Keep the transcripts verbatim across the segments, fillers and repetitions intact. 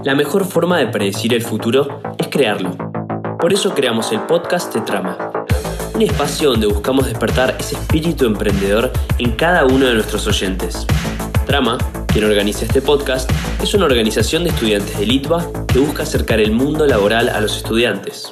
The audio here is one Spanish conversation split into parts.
La mejor forma de predecir el futuro es crearlo. Por eso creamos el podcast de Trama, un espacio donde buscamos despertar ese espíritu emprendedor en cada uno de nuestros oyentes. Trama, quien organiza este podcast, es una organización de estudiantes de Litva que busca acercar el mundo laboral a los estudiantes.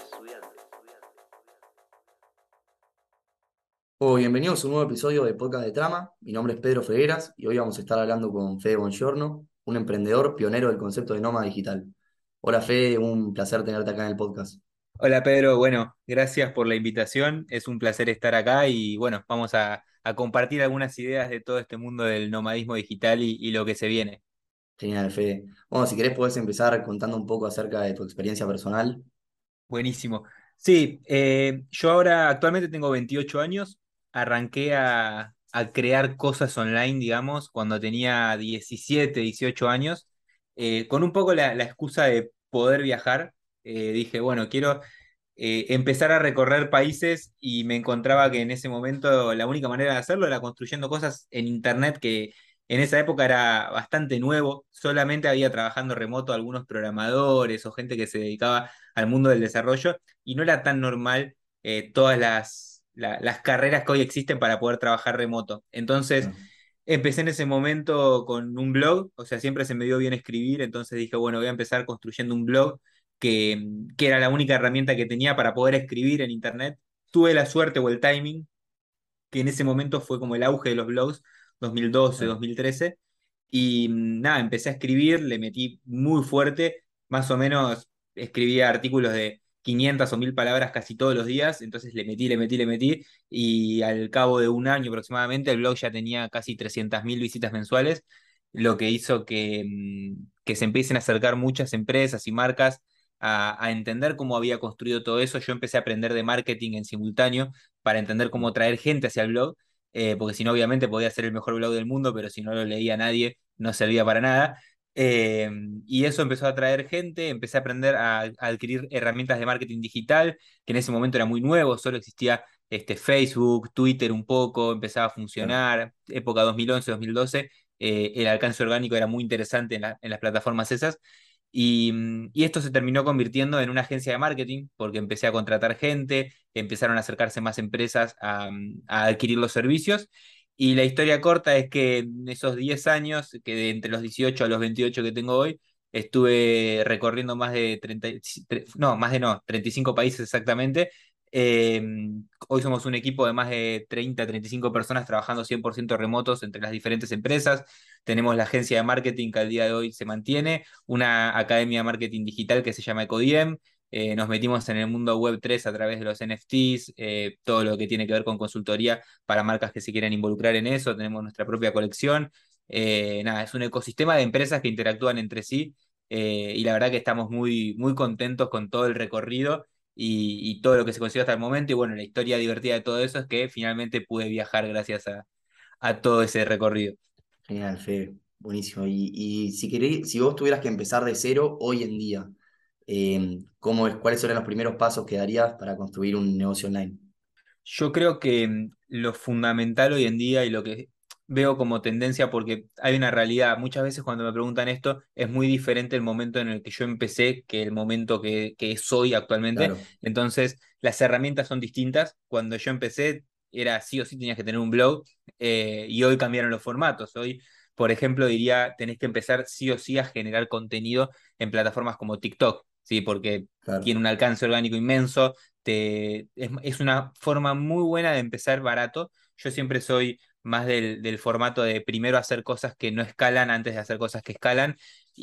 Oh, bienvenidos a un nuevo episodio de Podcast de Trama. Mi nombre es Pedro Fregueras y hoy vamos a estar hablando con Fede Bongiorno, un emprendedor pionero del concepto de nómada digital. Hola Fede, un placer tenerte acá en el podcast. Hola Pedro, bueno, gracias por la invitación, es un placer estar acá y bueno, vamos a, a compartir algunas ideas de todo este mundo del nomadismo digital y, y lo que se viene. Genial, Fede. Bueno, si querés podés empezar contando un poco acerca de tu experiencia personal. Buenísimo. Sí, eh, yo ahora actualmente tengo veintiocho años, arranqué a, a crear cosas online, digamos, cuando tenía diecisiete, dieciocho años, eh, con un poco la, la excusa de poder viajar. Eh, dije, bueno, quiero eh, empezar a recorrer países y me encontraba que en ese momento la única manera de hacerlo era construyendo cosas en internet que en esa época era bastante nuevo, solamente había trabajando remoto algunos programadores o gente que se dedicaba al mundo del desarrollo y no era tan normal eh, todas las, la- las carreras que hoy existen para poder trabajar remoto. Entonces, Bueno, empecé en ese momento con un blog, o sea, siempre se me dio bien escribir, entonces dije, bueno, voy a empezar construyendo un blog que, que era la única herramienta que tenía para poder escribir en internet. Tuve la suerte o el timing, que en ese momento fue como el auge de los blogs, dos mil doce, bueno, dos mil trece, y mm, nada, empecé a escribir, le metí muy fuerte, más o menos escribía artículos de quinientas o mil palabras casi todos los días, entonces le metí, le metí, le metí, y al cabo de un año aproximadamente el blog ya tenía casi trescientas mil visitas mensuales, lo que hizo que, mm, que se empiecen a acercar muchas empresas y marcas a, a entender cómo había construido todo eso. Yo empecé a aprender de marketing en simultáneo para entender cómo traer gente hacia el blog, eh, porque si no, obviamente podía ser el mejor blog del mundo, pero si no lo leía nadie, no servía para nada. Eh, y eso empezó a atraer gente, empecé a aprender a, a adquirir herramientas de marketing digital, que en ese momento era muy nuevo, solo existía este, Facebook, Twitter un poco, empezaba a claro. funcionar, época dos mil once, dos mil doce, eh, el alcance orgánico era muy interesante en, la- en las plataformas esas. Y, mm, y esto se terminó convirtiendo en una agencia de marketing porque empecé a contratar gente, empezaron a acercarse más empresas a, mm, a adquirir los servicios. Y la historia corta es que en esos diez años, que de entre los dieciocho a los veintiocho que tengo hoy, estuve recorriendo más de treinta, y- tre- no, más de no, treinta y cinco países exactamente. Eh, Hoy somos un equipo de más de treinta, treinta y cinco personas trabajando cien por ciento remotos entre las diferentes empresas. Tenemos la agencia de marketing que al día de hoy se mantiene, una academia de marketing digital que se llama Ecodiem. Eh, nos metimos en el mundo web tres a través de los N F Ts, eh, todo lo que tiene que ver con consultoría para marcas que se quieran involucrar en eso. Tenemos nuestra propia colección. Eh, nada, es un ecosistema de empresas que interactúan entre sí, eh, y la verdad que estamos muy, muy contentos con todo el recorrido y, y todo lo que se consiguió hasta el momento. Y bueno, la historia divertida de todo eso es que finalmente pude viajar gracias a, a todo ese recorrido. Genial, Fede. Buenísimo. Y, y si querés, si vos tuvieras que empezar de cero hoy en día, eh, ¿cómo es, cuáles serían los primeros pasos que darías para construir un negocio online? Yo creo que mm, lo fundamental hoy en día y lo que veo como tendencia, porque hay una realidad, muchas veces cuando me preguntan esto, es muy diferente el momento en el que yo empecé que el momento que, que soy actualmente. Claro, Entonces, las herramientas son distintas. Cuando yo empecé, era sí o sí tenías que tener un blog, eh, y hoy cambiaron los formatos. Hoy, por ejemplo, diría, tenés que empezar sí o sí a generar contenido en plataformas como TikTok, ¿sí? Porque claro, tiene un alcance orgánico inmenso, te, es, es una forma muy buena de empezar barato. Yo siempre soy más del, del formato de primero hacer cosas que no escalan antes de hacer cosas que escalan.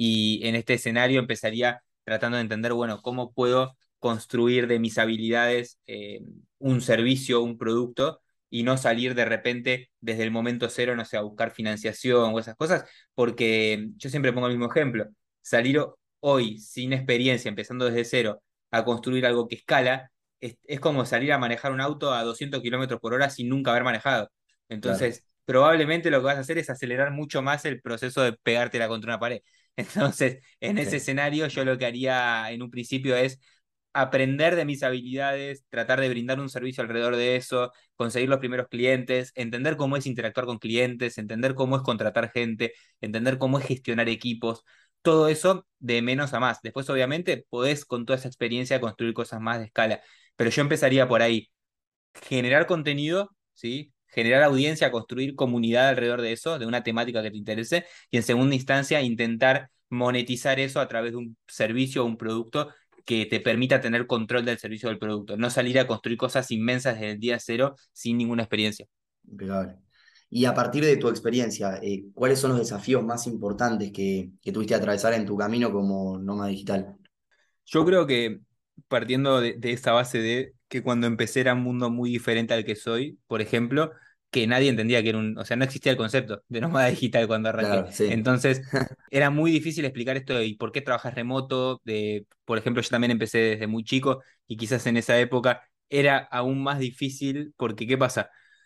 Y en este escenario empezaría tratando de entender, bueno, cómo puedo construir de mis habilidades eh, un servicio, un producto, y no salir de repente desde el momento cero, no sé, a buscar financiación o esas cosas, porque yo siempre pongo el mismo ejemplo. Salir ho- hoy sin experiencia, empezando desde cero, a construir algo que escala, es, es como salir a manejar un auto a doscientos kilómetros por hora sin nunca haber manejado. claro. Entonces, probablemente lo que vas a hacer es acelerar mucho más el proceso de pegártela contra una pared. Entonces, en ese Sí. escenario, yo lo que haría en un principio es aprender de mis habilidades, tratar de brindar un servicio alrededor de eso, conseguir los primeros clientes, entender cómo es interactuar con clientes, entender cómo es contratar gente, entender cómo es gestionar equipos. Todo eso de menos a más. Después, obviamente, podés con toda esa experiencia construir cosas más de escala, pero yo empezaría por ahí, generar contenido, ¿sí? Generar audiencia, construir comunidad alrededor de eso, de una temática que te interese, y en segunda instancia intentar monetizar eso a través de un servicio o un producto que te permita tener control del servicio del producto, no salir a construir cosas inmensas desde el día cero sin ninguna experiencia. Impecable. Y a partir de tu experiencia, eh, ¿cuáles son los desafíos más importantes que, que tuviste que atravesar en tu camino como nómada digital? Yo creo que partiendo de, de esa base de que cuando empecé era un mundo muy diferente al que soy, por ejemplo, que nadie entendía que era un, o sea, no existía el concepto de nómada digital cuando arranqué. Claro, sí, Entonces, era muy difícil explicar esto de ¿y por qué trabajas remoto? De, por ejemplo, yo también empecé desde muy chico y quizás en esa época era aún más difícil porque ¿qué pasa?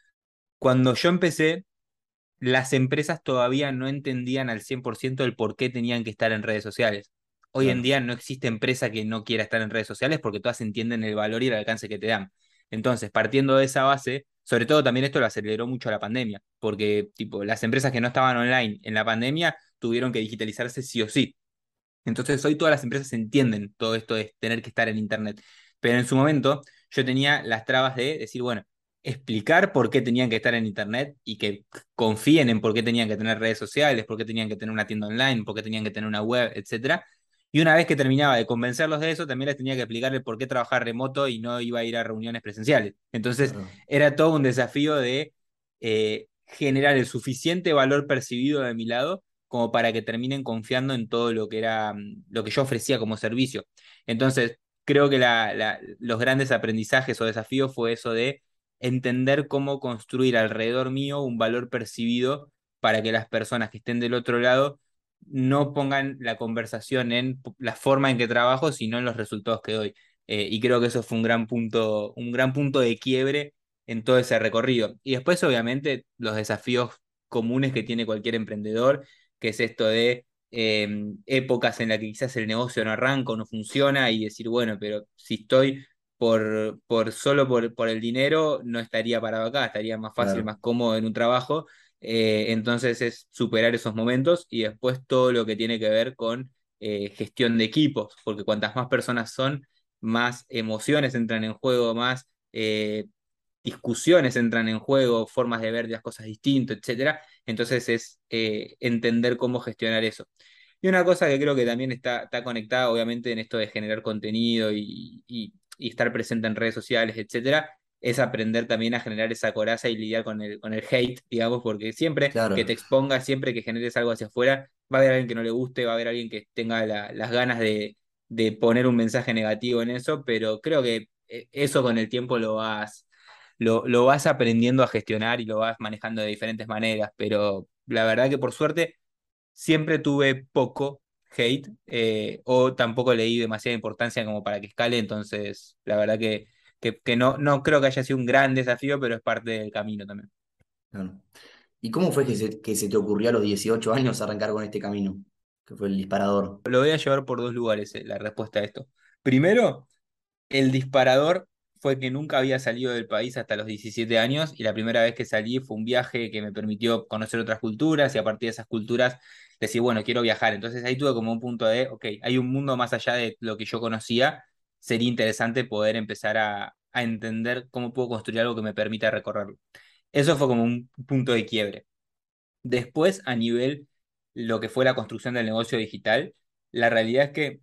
Cuando yo empecé, las empresas todavía no entendían al cien por ciento el por qué tenían que estar en redes sociales. Hoy en claro, día no existe empresa que no quiera estar en redes sociales porque todas entienden el valor y el alcance que te dan. Entonces, partiendo de esa base, sobre todo también esto lo aceleró mucho la pandemia, porque tipo, las empresas que no estaban online en la pandemia tuvieron que digitalizarse sí o sí. Entonces hoy todas las empresas entienden todo esto de tener que estar en Internet. Pero en su momento yo tenía las trabas de decir, bueno, explicar por qué tenían que estar en Internet y que confíen en por qué tenían que tener redes sociales, por qué tenían que tener una tienda online, por qué tenían que tener una web, etcétera. Y una vez que terminaba de convencerlos de eso, también les tenía que explicarle por qué trabajar remoto y no iba a ir a reuniones presenciales. Entonces claro, era todo un desafío de eh, generar el suficiente valor percibido de mi lado como para que terminen confiando en todo lo que era, mm, lo que yo ofrecía como servicio. Entonces, creo que la, la, los grandes aprendizajes o desafíos fue eso de entender cómo construir alrededor mío un valor percibido para que las personas que estén del otro lado no pongan la conversación en la forma en que trabajo, sino en los resultados que doy. Eh, y creo que eso fue un gran punto, un gran punto de quiebre en todo ese recorrido. Y después, obviamente, los desafíos comunes que tiene cualquier emprendedor, que es esto de eh, épocas en las que quizás el negocio no arranca o no funciona y decir, bueno, pero si estoy por, por solo por, por el dinero, no estaría parado acá, estaría más fácil, claro, más cómodo en un trabajo. Eh, entonces es superar esos momentos y después todo lo que tiene que ver con eh, gestión de equipos, porque cuantas más personas son, más emociones entran en juego, más eh, discusiones entran en juego, formas de ver las cosas distintas, etcétera. Entonces es eh, entender cómo gestionar eso. Y una cosa que creo que también está, está conectada, obviamente, en esto de generar contenido y, y, y estar presente en redes sociales, etcétera, es aprender también a generar esa coraza y lidiar con el, con el hate, digamos, porque siempre que te claro, expongas, siempre que generes algo hacia afuera, va a haber alguien que no le guste, va a haber alguien que tenga la- las ganas de, de poner un mensaje negativo en eso, pero creo que eh, eso con el tiempo lo vas lo, lo vas aprendiendo a gestionar y lo vas manejando de diferentes maneras, pero la verdad que por suerte siempre tuve poco hate eh, o tampoco le di demasiada importancia como para que escale, entonces la verdad que, que, que no, no creo que haya sido un gran desafío, pero es parte del camino también. claro. ¿Y cómo fue que se, que se te ocurrió a los dieciocho años arrancar con este camino? Que fue el disparador. Lo voy a llevar por dos lugares eh, la respuesta a esto. Primero, el disparador fue que nunca había salido del país hasta los diecisiete años y la primera vez que salí fue un viaje que me permitió conocer otras culturas y a partir de esas culturas decir, bueno, quiero viajar. Entonces ahí tuve como un punto de, ok, hay un mundo más allá de lo que yo conocía, sería interesante poder empezar a, a entender cómo puedo construir algo que me permita recorrerlo. Eso fue como un punto de quiebre. Después, a nivel lo que fue la construcción del negocio digital, la realidad es que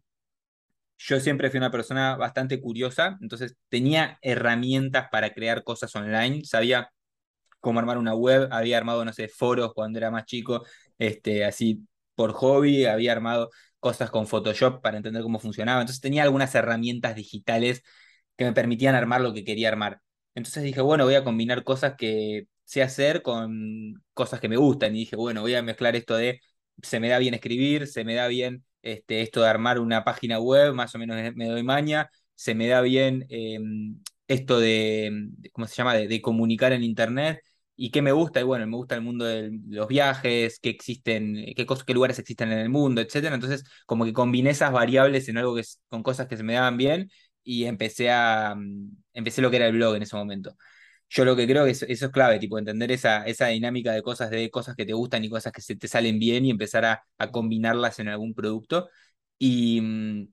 yo siempre fui una persona bastante curiosa, entonces tenía herramientas para crear cosas online, sabía cómo armar una web, había armado, no sé, foros cuando era más chico, este, así por hobby, había armado cosas con Photoshop para entender cómo funcionaba, entonces tenía algunas herramientas digitales que me permitían armar lo que quería armar. Entonces dije, bueno, voy a combinar cosas que sé hacer con cosas que me gustan y dije, bueno, voy a mezclar esto de, se me da bien escribir, se me da bien este, esto de armar una página web, más o menos me doy maña, se me da bien eh, esto de, de- ¿cómo se llama?, de, de comunicar en internet. ¿Y qué me gusta? Y bueno, me gusta el mundo de los viajes, qué existen, qué cosas, qué lugares existen en el mundo, etcétera. Entonces, como que combiné esas variables en algo que es, con cosas que se me daban bien y empecé a mm, empecé lo que era el blog en ese momento. Yo lo que creo que eso, eso es clave, tipo, entender esa, esa dinámica de cosas, de cosas que te gustan y cosas que se te salen bien y empezar a, a combinarlas en algún producto. Y, mm,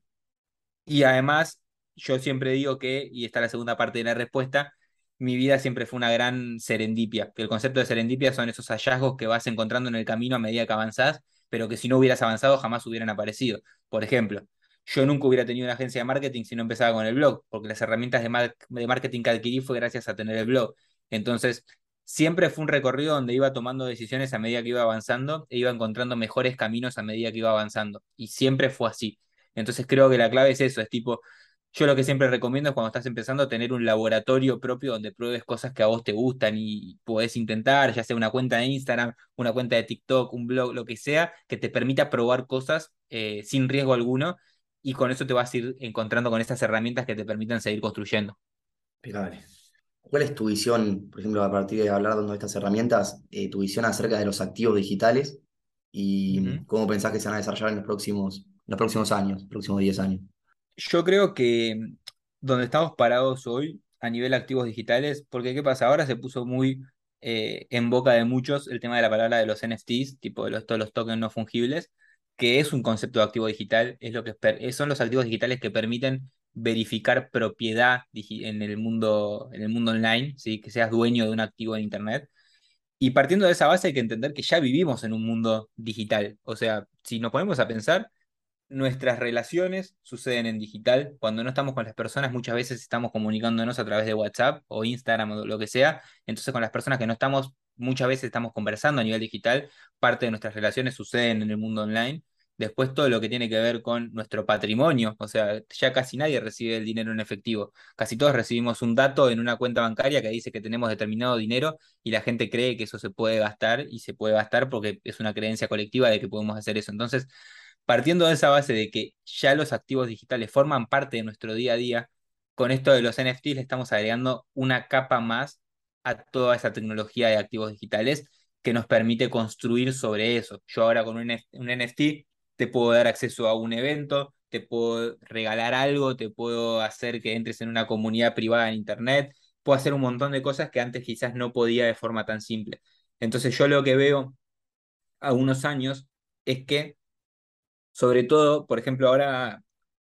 y además, yo siempre digo que, y esta es la segunda parte de la respuesta, mi vida siempre fue una gran serendipia, que el concepto de serendipia son esos hallazgos que vas encontrando en el camino a medida que avanzás, pero que si no hubieras avanzado jamás hubieran aparecido. Por ejemplo, yo nunca hubiera tenido una agencia de marketing si no empezaba con el blog, porque las herramientas de, mar- de marketing que adquirí fue gracias a tener el blog. Entonces, siempre fue un recorrido donde iba tomando decisiones a medida que iba avanzando e iba encontrando mejores caminos a medida que iba avanzando. Y siempre fue así. Entonces creo que la clave es eso, es tipo, yo lo que siempre recomiendo es cuando estás empezando tener un laboratorio propio donde pruebes cosas que a vos te gustan y podés intentar, ya sea una cuenta de Instagram, una cuenta de TikTok, un blog, lo que sea, que te permita probar cosas eh, sin riesgo alguno y con eso te vas a ir encontrando con estas herramientas que te permitan seguir construyendo. Impecable. ¿Cuál es tu visión, por ejemplo, a partir de hablar de estas herramientas, eh, tu visión acerca de los activos digitales y Ujú. cómo pensás que se van a desarrollar en los próximos, los próximos años, próximos diez años? Yo creo que mm, donde estamos parados hoy a nivel activos digitales, porque ¿qué pasa? Ahora se puso muy eh, en boca de muchos el tema de la palabra de los N F Ts, tipo de los, todos los tokens no fungibles, que es un concepto de activo digital, es lo que per- eh, son los activos digitales que permiten verificar propiedad digi- en el mundo, en el mundo online, ¿sí? Que seas dueño de un activo en Internet. Y partiendo de esa base hay que entender que ya vivimos en un mundo digital. O sea, si nos ponemos a pensar, nuestras relaciones suceden en digital. Cuando no estamos con las personas, muchas veces estamos comunicándonos a través de WhatsApp o Instagram o lo que sea. Entonces, con las personas que no estamos, muchas veces estamos conversando a nivel digital. Parte de nuestras relaciones suceden en el mundo online. Después, todo lo que tiene que ver con nuestro patrimonio. O sea, ya casi nadie recibe el dinero en efectivo. Casi todos recibimos un dato en una cuenta bancaria que dice que tenemos determinado dinero y la gente cree que eso se puede gastar y se puede gastar porque es una creencia colectiva de que podemos hacer eso. Entonces, partiendo de esa base de que ya los activos digitales forman parte de nuestro día a día, con esto de los N F Ts le estamos agregando una capa más a toda esa tecnología de activos digitales que nos permite construir sobre eso. Yo ahora con un, N F un N F T te puedo dar acceso a un evento, te puedo regalar algo, te puedo hacer que entres en una comunidad privada en Internet, puedo hacer un montón de cosas que antes quizás no podía de forma tan simple. Entonces yo lo que veo a unos años es que sobre todo, por ejemplo, ahora,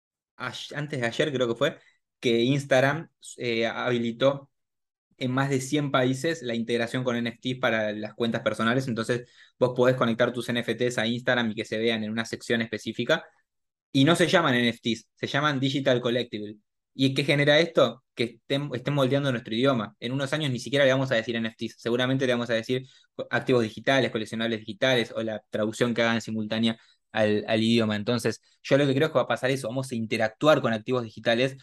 ay- antes de ayer creo que fue, que Instagram eh, habilitó en más de cien países la integración con N F Ts para las cuentas personales. Entonces, vos podés conectar tus N F Ts a Instagram y que se vean en una sección específica. Y no se llaman N F Ts, se llaman Digital Collectible. ¿Y qué genera esto? Que estén, estén moldeando nuestro idioma. En unos años ni siquiera le vamos a decir N F Ts, seguramente le vamos a decir activos digitales, coleccionables digitales o la traducción que hagan simultánea al, al idioma. Entonces, yo lo que creo es que va a pasar eso, vamos a interactuar con activos digitales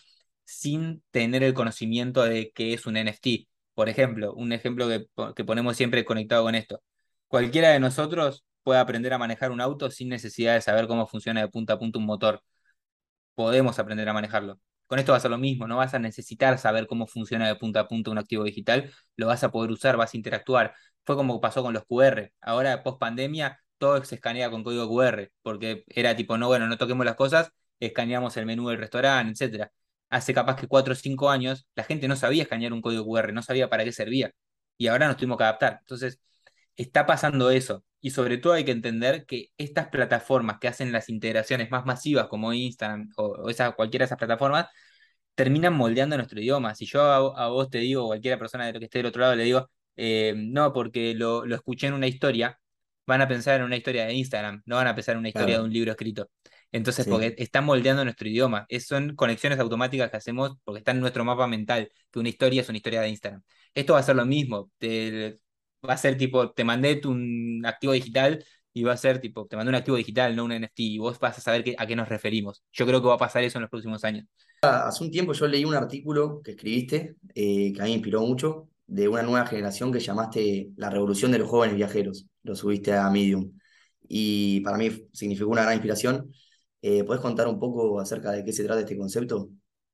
sin tener el conocimiento de qué es un N F T. Por ejemplo, un ejemplo que, que ponemos siempre conectado con esto. Cualquiera de nosotros puede aprender a manejar un auto sin necesidad de saber cómo funciona de punta a punta un motor. Podemos aprender a manejarlo. Con esto va a ser lo mismo, no vas a necesitar saber cómo funciona de punta a punta un activo digital, lo vas a poder usar, vas a interactuar. Fue como pasó con los Q R. Ahora, post pandemia, todo se escanea con código Q R, porque era tipo, no, bueno, no toquemos las cosas, escaneamos el menú del restaurante, etcétera. Hace capaz que cuatro o cinco años la gente no sabía escanear un código Q R, no sabía para qué servía. Y ahora nos tuvimos que adaptar. Entonces, está pasando eso. Y sobre todo hay que entender que estas plataformas que hacen las integraciones más masivas como Instagram o, o esa, cualquiera de esas plataformas, terminan moldeando nuestro idioma. Si yo a, a vos te digo, o cualquiera persona de lo que esté del otro lado le digo, eh, no, porque lo, lo escuché en una historia, van a pensar en una historia de Instagram, no van a pensar en una historia de Claro, un libro escrito. Entonces, porque sí. están moldeando nuestro idioma. Es, son conexiones automáticas que hacemos porque está en nuestro mapa mental, que una historia es una historia de Instagram. Esto va a ser lo mismo. Te, va a ser tipo, te mandé tu- un activo digital y va a ser tipo, te mandé un activo digital, no un N F T, y vos vas a saber qué- a qué nos referimos. Yo creo que va a pasar eso en los próximos años. Hace un tiempo yo leí un artículo que escribiste, eh, que a mí me inspiró mucho, de una nueva generación que llamaste La Revolución de los Jóvenes Viajeros. Lo subiste a Medium. Y para mí significó una gran inspiración. Eh, ¿podés contar un poco acerca de qué se trata este concepto?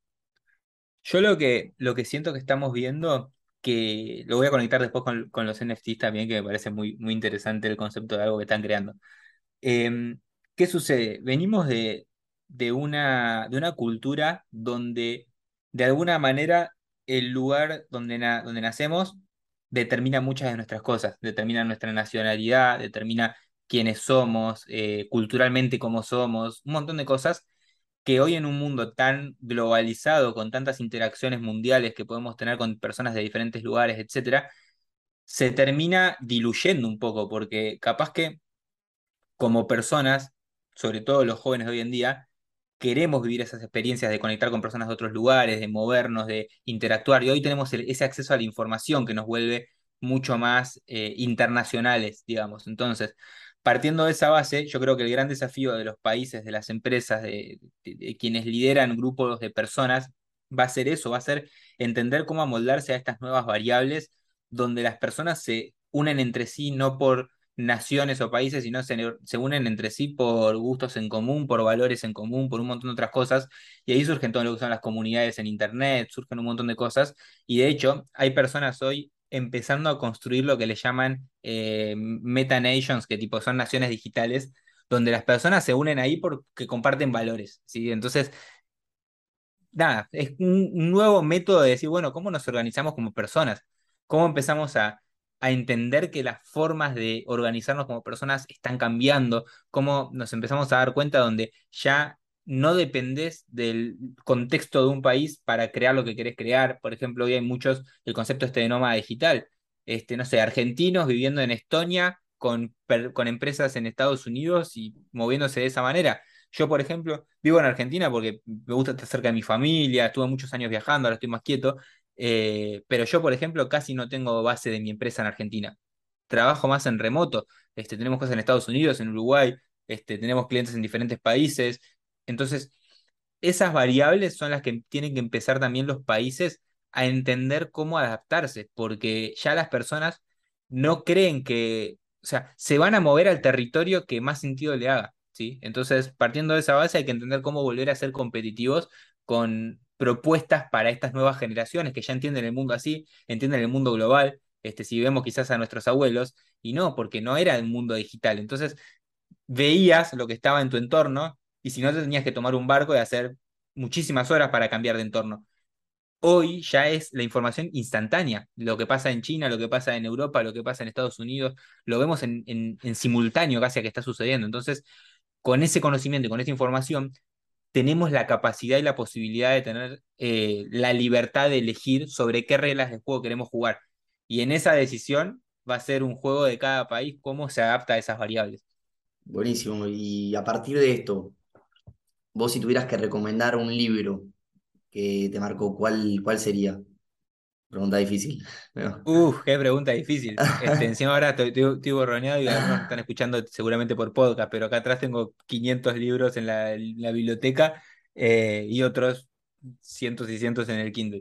Yo lo que, lo que siento que estamos viendo, que lo voy a conectar después con, con los N F Ts también, que me parece muy, muy interesante el concepto de algo que están creando. Eh, ¿Qué sucede? Venimos de, de una, de una cultura donde, de alguna manera, el lugar donde, na- donde nacemos determina muchas de nuestras cosas, determina nuestra nacionalidad, determina quiénes somos, eh, culturalmente cómo somos, un montón de cosas que hoy en un mundo tan globalizado, con tantas interacciones mundiales que podemos tener con personas de diferentes lugares, etcétera, se termina diluyendo un poco, porque capaz que como personas, sobre todo los jóvenes de hoy en día, queremos vivir esas experiencias de conectar con personas de otros lugares, de movernos, de interactuar, y hoy tenemos el- ese acceso a la información que nos vuelve mucho más eh, internacionales, digamos. Entonces, partiendo de esa base, yo creo que el gran desafío de los países, de las empresas, de, de- de quienes lideran grupos de personas, va a ser eso, va a ser entender cómo amoldarse a estas nuevas variables, donde las personas se unen entre sí no por naciones o países, sino se, se unen entre sí por gustos en común, por valores en común, por un montón de otras cosas, y ahí surgen todo lo que son las comunidades en Internet, surgen un montón de cosas, y de hecho hay personas hoy empezando a construir lo que le llaman eh, meta nations, que tipo son naciones digitales, donde las personas se unen ahí porque comparten valores, ¿sí? Entonces, nada, es un, un nuevo método de decir, bueno, ¿cómo nos organizamos como personas? ¿Cómo empezamos a, a entender que las formas de organizarnos como personas están cambiando? ¿Cómo nos empezamos a dar cuenta donde ya no dependés del contexto de un país para crear lo que querés crear? Por ejemplo, hoy hay muchos, el concepto este de nómada digital. Este, no sé, argentinos viviendo en Estonia con, per- con empresas en Estados Unidos y moviéndose de esa manera. Yo, por ejemplo, vivo en Argentina porque me gusta estar cerca de mi familia, estuve muchos años viajando, ahora estoy más quieto, eh, pero yo, por ejemplo, casi no tengo base de mi empresa en Argentina. Trabajo más en remoto, este, tenemos cosas en Estados Unidos, en Uruguay, este, tenemos clientes en diferentes países. Entonces, esas variables son las que tienen que empezar también los países a entender cómo adaptarse, porque ya las personas no creen que, o sea, se van a mover al territorio que más sentido le haga, ¿sí? Entonces, partiendo de esa base, hay que entender cómo volver a ser competitivos con propuestas para estas nuevas generaciones que ya entienden el mundo así, entienden el mundo global, este, si vemos quizás a nuestros abuelos, y no, porque no era el mundo digital. Entonces, veías lo que estaba en tu entorno y si no te tenías que tomar un barco y hacer muchísimas horas para cambiar de entorno. Hoy ya es la información instantánea. Lo que pasa en China, lo que pasa en Europa, lo que pasa en Estados Unidos, lo vemos en, en, en simultáneo casi a que está sucediendo. Entonces, con ese conocimiento y con esa información, tenemos la capacidad y la posibilidad de tener eh, la libertad de elegir sobre qué reglas de juego queremos jugar. Y en esa decisión va a ser un juego de cada país, cómo se adapta a esas variables. Buenísimo. Y a partir de esto, vos si tuvieras que recomendar un libro que te marcó, ¿cuál, cuál sería? Pregunta difícil. Bueno. Uf, qué pregunta difícil. Este, encima ahora estoy, estoy, estoy borroneado y algunos me están escuchando seguramente por podcast, pero acá atrás tengo quinientos libros en la, en la biblioteca eh, y otros cientos y cientos en el Kindle.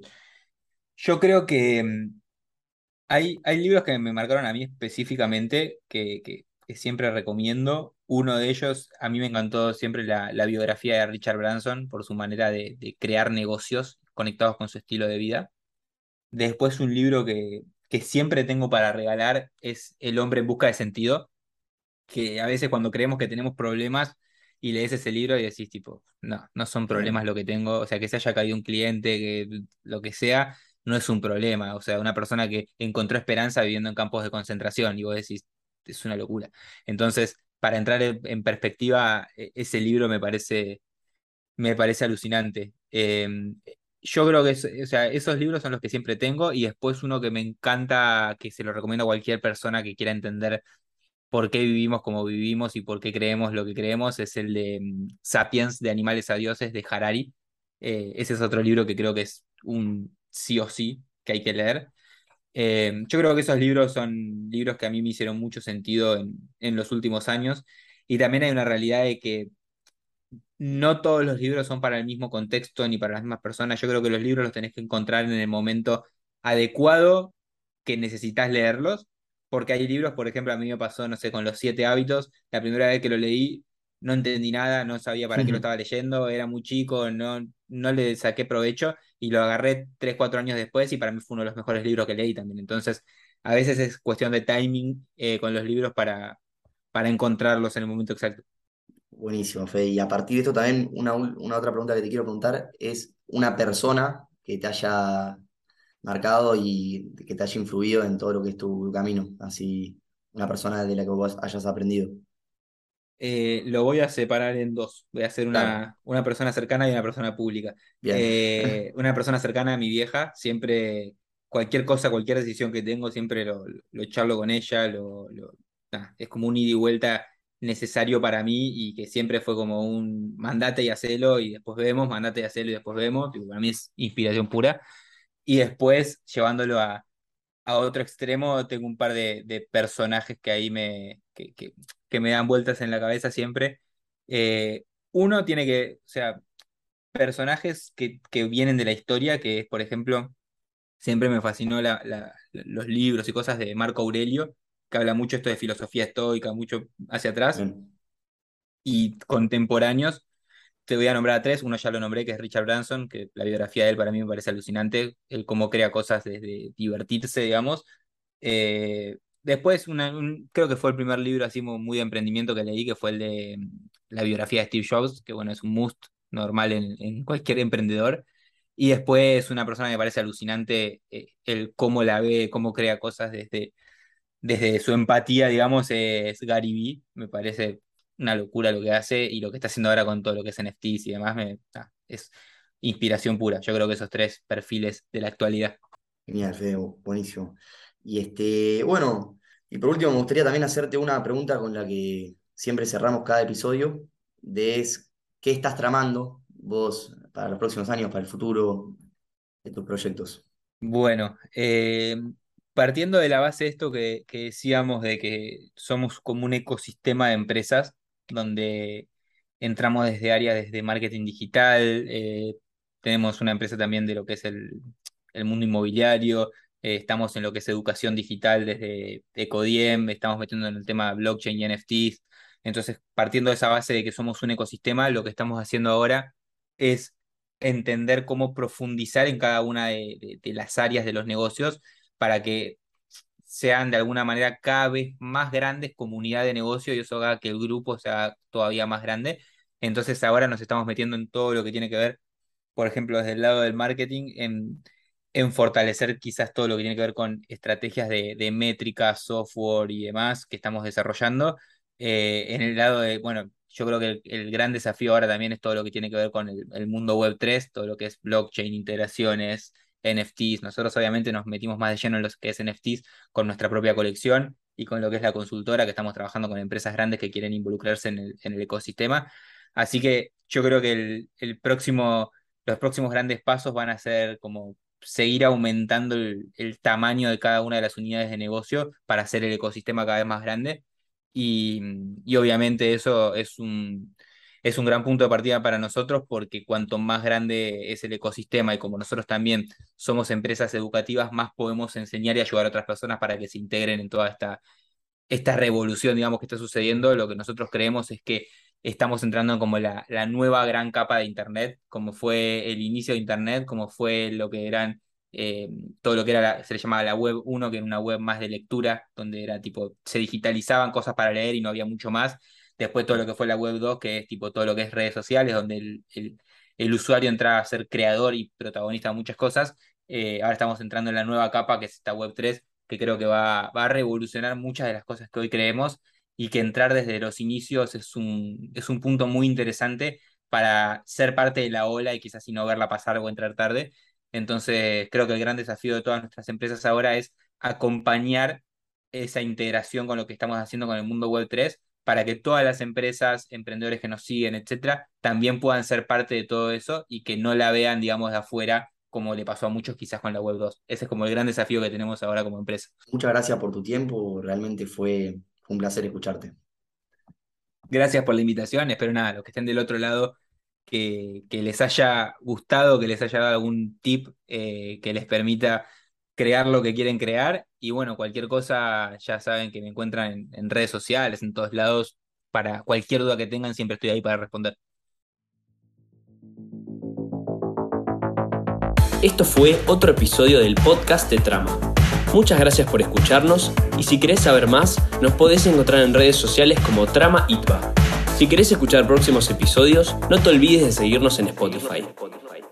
Yo creo que mm, hay, hay libros que me marcaron a mí específicamente que, que, que siempre recomiendo. Uno de ellos, a mí me encantó siempre la, la biografía de Richard Branson por su manera de, de crear negocios conectados con su estilo de vida. Después un libro que, que siempre tengo para regalar es El hombre en busca de sentido, que a veces cuando creemos que tenemos problemas y lees ese libro y decís tipo, no, no son Claro, problemas lo que tengo, o sea, que se haya caído un cliente, que lo que sea, no es un problema, o sea, una persona que encontró esperanza viviendo en campos de concentración y vos decís, es una locura. Entonces, para entrar en, en perspectiva, e- ese libro me parece me parece alucinante. Eh, yo creo que es- o sea, esos libros son los que siempre tengo y después uno que me encanta, que se lo recomiendo a cualquier persona que quiera entender por qué vivimos como vivimos y por qué creemos lo que creemos, es el de mm, Sapiens, de Animales a Dioses, de Harari. Eh, ese es otro libro que creo que es un sí o sí que hay que leer. Eh, yo creo que esos libros son libros que a mí me hicieron mucho sentido en, en los últimos años y también hay una realidad de que no todos los libros son para el mismo contexto ni para las mismas personas. Yo creo que los libros los tenés que encontrar en el momento adecuado que necesitas leerlos, porque hay libros, por ejemplo, a mí me pasó, no sé, con los siete hábitos, la primera vez que lo leí no entendí nada, no sabía para qué lo estaba leyendo, era muy chico, no, no le saqué provecho y lo agarré tres, cuatro años después y para mí fue uno de los mejores libros que leí también. Entonces, a veces es cuestión de timing eh, con los libros para, para encontrarlos en el momento exacto. buenísimo, Fede. Y a partir de esto también una, ul- una otra pregunta que te quiero preguntar es una persona que te haya marcado y que te haya influido en todo lo que es tu camino, así una persona de la que vos hayas aprendido. Eh, lo voy a separar en dos. Voy a hacer Claro, una, una persona cercana y una persona pública. bien. Eh, una persona cercana a mi vieja, siempre, cualquier cosa, cualquier decisión que tengo, siempre lo, lo charlo con ella. Lo, lo- nada, es como un ida y vuelta necesario para mí y que siempre fue como un mandate y hacelo y después vemos, mandate y hacelo y después vemos. Tipo, para mí es inspiración pura. Y después, llevándolo a a otro extremo, tengo un par de, de personajes que ahí me, que, que- que me dan vueltas en la cabeza siempre. Eh, uno tiene que, o sea, personajes que, que vienen de la historia, que es, por ejemplo, siempre me fascinó la- la- los libros y cosas de Marco Aurelio, que habla mucho esto de filosofía estoica, mucho hacia atrás, Bien. y contemporáneos. Te voy a nombrar a tres, uno ya lo nombré, que es Richard Branson, que la biografía de él para mí me parece alucinante, el cómo crea cosas desde divertirse, digamos. Eh, después, una- un- creo que fue el primer libro así mu- muy de emprendimiento que leí, que fue el de mm, la biografía de Steve Jobs, que bueno, es un must normal en, en cualquier emprendedor. Y después una persona que me parece alucinante, eh, el cómo la ve, cómo crea cosas desde desde su empatía, digamos, es Gary Vee. Me parece una locura lo que hace y lo que está haciendo ahora con todo lo que es N F Ts y demás, me, ah, es inspiración pura. Yo creo que esos tres perfiles de la actualidad. Genial, Fede, buenísimo. Y este, bueno, y por último me gustaría también hacerte una pregunta con la que siempre cerramos cada episodio, de es, ¿qué estás tramando vos para los próximos años, para el futuro de tus proyectos? Bueno, eh, partiendo de la base de esto que, que decíamos de que somos como un ecosistema de empresas donde entramos desde áreas desde marketing digital, eh, tenemos una empresa también de lo que es el, el mundo inmobiliario, eh, estamos en lo que es educación digital desde Ecodiem, estamos metiendo en el tema blockchain y N F Ts. Entonces, partiendo de esa base de que somos un ecosistema, lo que estamos haciendo ahora es entender cómo profundizar en cada una de, de- de las áreas de los negocios para que sean de alguna manera cada vez más grandes comunidad de negocio y eso haga que el grupo sea todavía más grande. Entonces ahora nos estamos metiendo en todo lo que tiene que ver, por ejemplo, desde el lado del marketing, en, en fortalecer quizás todo lo que tiene que ver con estrategias de, de métricas, software y demás que estamos desarrollando. Eh, en el lado de, bueno, yo creo que el, el gran desafío ahora también es todo lo que tiene que ver con el, el mundo web tres, todo lo que es blockchain, integraciones, N F Ts. Nosotros obviamente nos metimos más de lleno en lo que es N F Ts con nuestra propia colección y con lo que es la consultora, que estamos trabajando con empresas grandes que quieren involucrarse en el, en el ecosistema. Así que yo creo que el, el próximo los próximos grandes pasos van a ser como seguir aumentando el, el tamaño de cada una de las unidades de negocio para hacer el ecosistema cada vez más grande. Y, y obviamente eso es un, es un gran punto de partida para nosotros porque cuanto más grande es el ecosistema y como nosotros también somos empresas educativas, más podemos enseñar y ayudar a otras personas para que se integren en toda esta esta revolución, digamos, que está sucediendo, lo que nosotros creemos es que estamos entrando en como la, la nueva gran capa de Internet, como fue el inicio de Internet, como fue lo que eran, eh, todo lo que era, la- se le llamaba la web uno, que era una web más de lectura, donde era tipo, se digitalizaban cosas para leer y no había mucho más. Después todo lo que fue la web dos, que es tipo todo lo que es redes sociales, donde el, el, el usuario entra a ser creador y protagonista de muchas cosas. Eh, ahora estamos entrando en la nueva capa, que es esta web tres que creo que va, va a revolucionar muchas de las cosas que hoy creemos y que entrar desde los inicios es un, es un punto muy interesante para ser parte de la ola y quizás y no verla pasar o entrar tarde. Entonces, creo que el gran desafío de todas nuestras empresas ahora es acompañar esa integración con lo que estamos haciendo con el mundo web tres para que todas las empresas, emprendedores que nos siguen, etcétera, también puedan ser parte de todo eso y que no la vean, digamos, de afuera como le pasó a muchos quizás con la web dos. Ese es como el gran desafío que tenemos ahora como empresa. Muchas gracias por tu tiempo, realmente fue un placer escucharte. Gracias por la invitación, espero nada, los que estén del otro lado, que, que les haya gustado, que les haya dado algún tip eh, que les permita crear lo que quieren crear. Y bueno, cualquier cosa ya saben que me encuentran en, en redes sociales, en todos lados. Para cualquier duda que tengan, siempre estoy ahí para responder. Esto fue otro episodio del podcast de Trama. Muchas gracias por escucharnos y si querés saber más, nos podés encontrar en redes sociales como Trama I T B A. Si querés escuchar próximos episodios, no te olvides de seguirnos en Spotify.